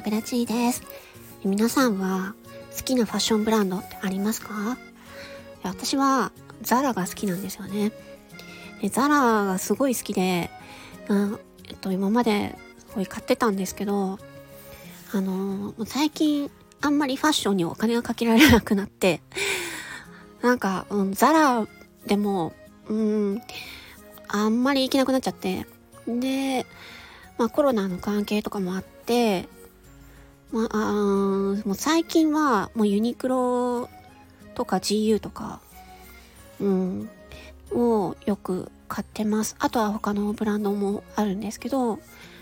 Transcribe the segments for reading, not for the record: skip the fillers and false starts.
ペラチーです。皆さんは好きなファッションブランドってありますか？私はザラが好きなんですよね。ザラがすごい好きで、今まですごい買ってたんですけど、最近あんまりファッションにお金がかけられなくなって、ザラでもあんまり行けなくなっちゃって、で、コロナの関係とかもあって、もう最近はもうユニクロとか GU とか、をよく買ってます。あとは他のブランドもあるんですけど、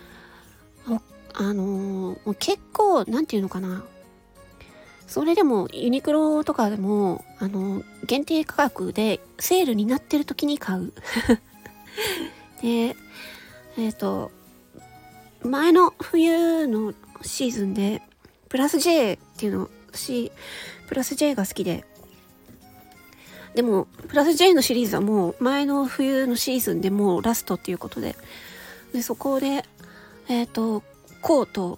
もう結構なんていうのかな。それでもユニクロとかでも限定価格でセールになってる時に買う。で、前の冬のシーズンでプラス J っていうのプラス J が好きで、でもプラス J のシリーズはもう前の冬のシーズンでもうラストっていうことで、そこでコー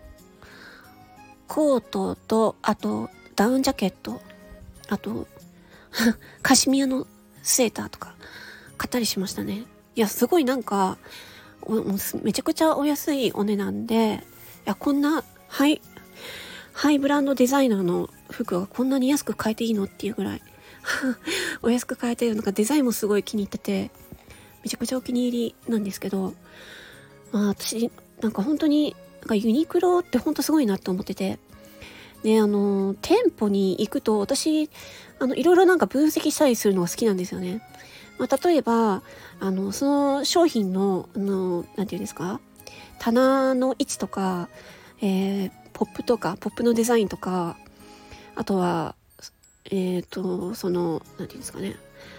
トとあとダウンジャケット、あとカシミヤのセーターとか買ったりしましたね。いや、すごいめちゃくちゃお安いお値段で、こんなハイブランドデザイナーの服がこんなに安く買えていいのっていうぐらいお安く買えて、デザインもすごい気に入ってて、めちゃくちゃお気に入りなんですけど、私本当にユニクロって本当すごいなと思ってて、で店舗に行くと私いろいろ分析したりするのが好きなんですよね。例えばその商品のなんていうんですか、棚の位置とか、ポップのデザインとか、あとはなんていうんですかね、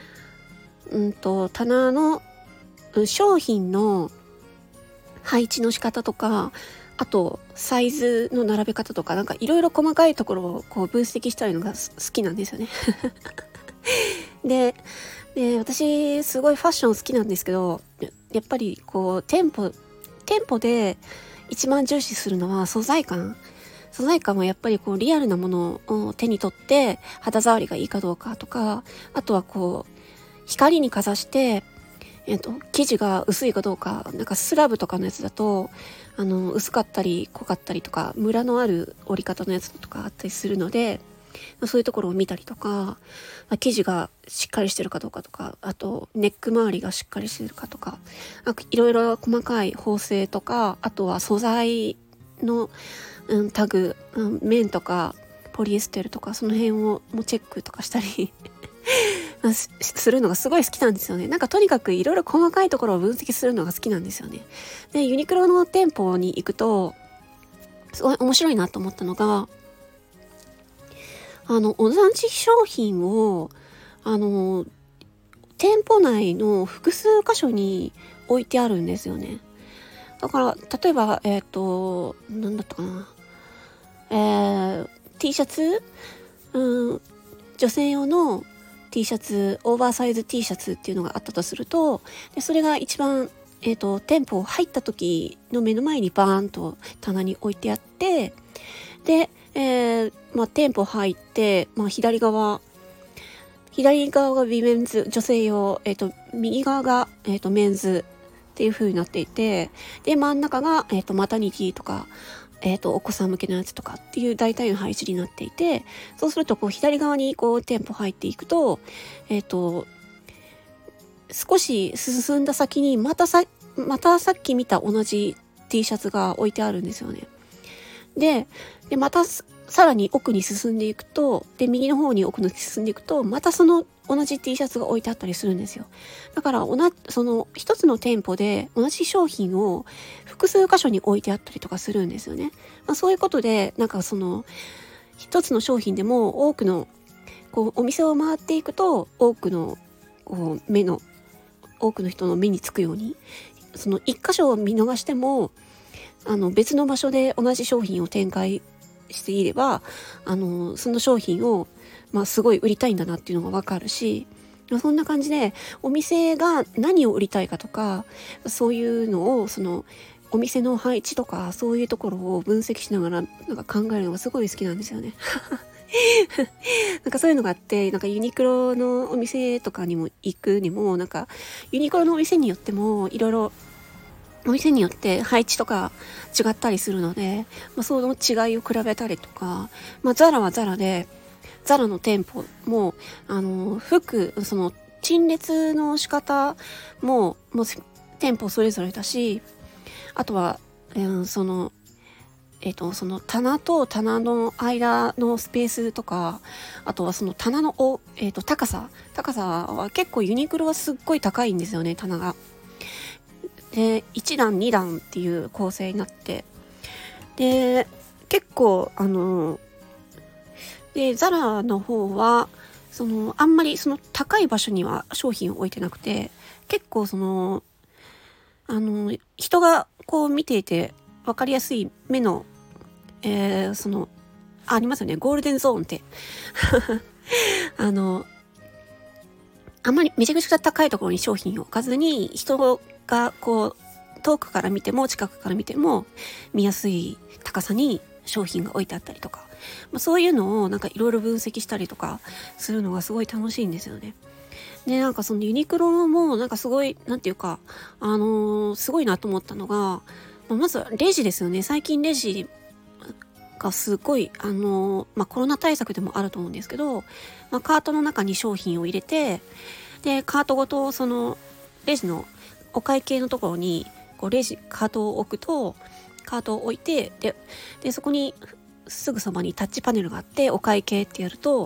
棚の商品の配置の仕方とか、あとサイズの並べ方とか、いろいろ細かいところをこう分析したいのが好きなんですよね。で、私すごいファッション好きなんですけど、やっぱりこう店舗で一番重視するのは素材感はやっぱりこうリアルなものを手に取って肌触りがいいかどうかとか、あとはこう光にかざして生地が薄いかどうか、スラブとかのやつだと薄かったり濃かったりとか、ムラのある折り方のやつとかあったりするので、そういうところを見たりとか、生地がしっかりしてるかどうかとか、あとネック周りがしっかりしてるかとか、いろいろ細かい縫製とか、あとは素材の、タグ、綿とかポリエステルとか、その辺をもうチェックとかしたりするのがすごい好きなんですよね。とにかくいろいろ細かいところを分析するのが好きなんですよね。で、ユニクロの店舗に行くとすごい面白いなと思ったのが、同じ商品を店舗内の複数箇所に置いてあるんですよね。だから例えばなんだったかな、T シャツ、女性用の T シャツ、オーバーサイズ T シャツっていうのがあったとすると、でそれが一番店舗入った時の目の前にバーンと棚に置いてあって、で、店舗入って、左側がビメンズ、女性用、右側が、メンズっていう風になっていて、で、真ん中が、マタニティとか、お子さん向けのやつとかっていう大体の配置になっていて、そうするとこう左側にこう店舗入っていくと、少し進んだ先にまたさっき見た同じ T シャツが置いてあるんですよね。でまたさらに奥に進んでいくと、で右の方に奥に進んでいくと、またその同じ T シャツが置いてあったりするんですよ。だからその一つの店舗で同じ商品を複数箇所に置いてあったりとかするんですよね。そういうことでその一つの商品でも多くのこうお店を回っていくと、多くの人の目につくように、その一箇所を見逃しても別の場所で同じ商品を展開していればその商品をすごい売りたいんだなっていうのがわかるし、そんな感じでお店が何を売りたいかとか、そういうのをお店の配置とかそういうところを分析しながらなんか考えるのがすごい好きなんですよね。なんかそういうのがあって、なんかユニクロのお店とかにも行くにも、なんかユニクロのお店によってもいろいろお店によって配置とか違ったりするので、その違いを比べたりとか、ザラはザラで、ザラの店舗も、服、その陳列の仕方もう店舗それぞれだし、あとは、その棚と棚の間のスペースとか、あとはその棚の高さは結構ユニクロはすっごい高いんですよね、棚が。で、1段2段っていう構成になって、で、結構で、ザラの方は、あんまりその高い場所には商品を置いてなくて、結構人がこう見ていて分かりやすい目のありますよね。ゴールデンゾーンって。あんまりめちゃくちゃ高いところに商品を置かずに、人がこう、遠くから見ても近くから見ても見やすい高さに商品が置いてあったりとか、そういうのをなんかいろいろ分析したりとかするのがすごい楽しいんですよね。で、なんかそのユニクロもなんかすごい、なんていうか、すごいなと思ったのが、まずはレジですよね。最近レジがすごい、コロナ対策でもあると思うんですけど、カートの中に商品を入れて、で、カートごと、レジのお会計のところに、こう、カートを置くと、カートを置いて、で、そこに、すぐそばにタッチパネルがあって、お会計ってやると、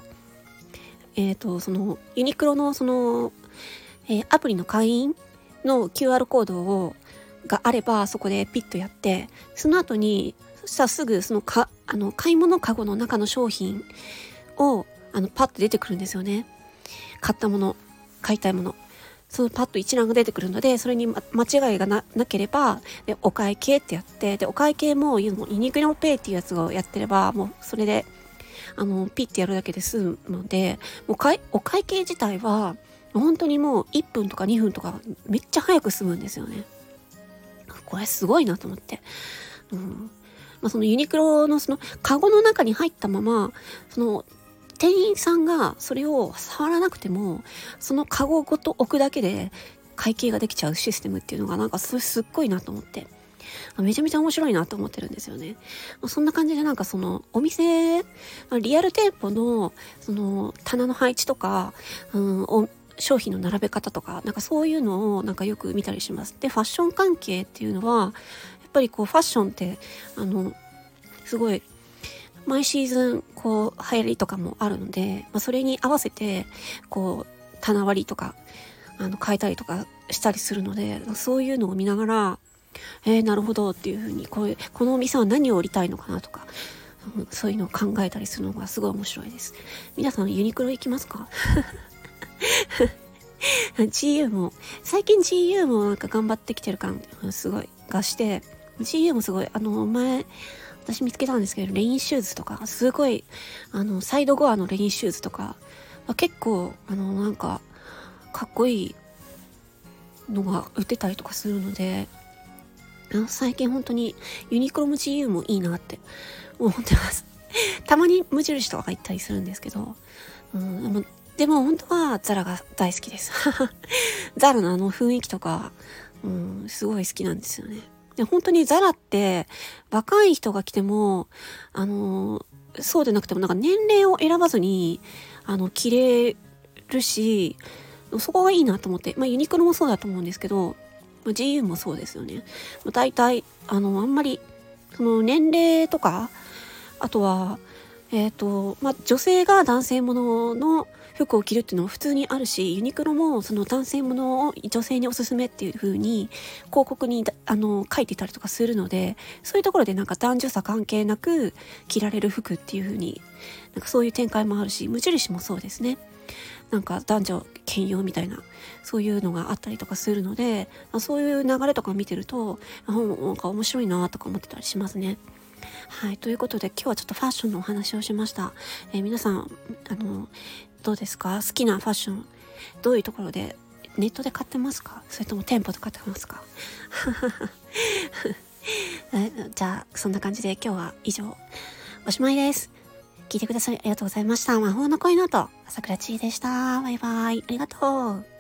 ユニクロの、アプリの会員の QR コードがあれば、そこでピッとやって、その後に、そしたらすぐ買い物カゴの中の商品をパッと出てくるんですよね。買いたいもの。そのパッと一覧が出てくるので、それに間違いがなければ、で、お会計ってやって、で、お会計もユニクロペイっていうやつをやってれば、もうそれで、ピッてやるだけで済むので、もうお会計自体は、本当にもう1分とか2分とかめっちゃ早く済むんですよね。これすごいなと思って。そのユニクロのそのカゴの中に入ったまま、その店員さんがそれを触らなくても、そのカゴごと置くだけで会計ができちゃうシステムっていうのがなんかすっごいなと思って、めちゃめちゃ面白いなと思ってるんですよね。そんな感じでなんかそのお店、リアル店舗のその棚の配置とか、商品の並べ方とか、なんかそういうのをなんかよく見たりします。で、ファッション関係っていうのは、やっぱりこうファッションってすごい毎シーズンこう流行りとかもあるので、それに合わせてこう棚割りとか変えたりとかしたりするので、そういうのを見ながらなるほどっていう風にこのお店は何を売りたいのかなとか、そういうのを考えたりするのがすごい面白いです。皆さんユニクロ行きますか？GU も最近 GU もなんか頑張ってきてる感すごいがして、GU もすごい前私見つけたんですけど、レインシューズとかすごいサイドゴアのレインシューズとか結構なんかかっこいいのが売ってたりとかするので、最近本当にユニクロも GU もいいなって思ってます。たまに無印とか行ったりするんですけど、でも本当はザラが大好きです。ザラの雰囲気とか、すごい好きなんですよね。で、本当にザラって若い人が来ても、そうでなくてもなんか年齢を選ばずに、着れるし、そこがいいなと思って、ユニクロもそうだと思うんですけど、GU もそうですよね。大体、あんまり、その年齢とか、あとは、女性が男性ものの服を着るっていうのも普通にあるし、ユニクロもその男性ものを女性におすすめっていう風に広告に書いてたりとかするので、そういうところでなんか男女差関係なく着られる服っていう風に、なんかそういう展開もあるし、無印もそうですね。なんか男女兼用みたいなそういうのがあったりとかするので、そういう流れとか見てるとなんか面白いなとか思ってたりしますね。はい、ということで今日はちょっとファッションのお話をしました。皆さんどうですか？好きなファッションどういうところでネットで買ってますか？それとも店舗で買ってますか？ じゃあ、そんな感じで今日は以上、おしまいです。聞いてくださりありがとうございました。魔法の恋の音、朝倉千恵でした。バイバイ。ありがとう。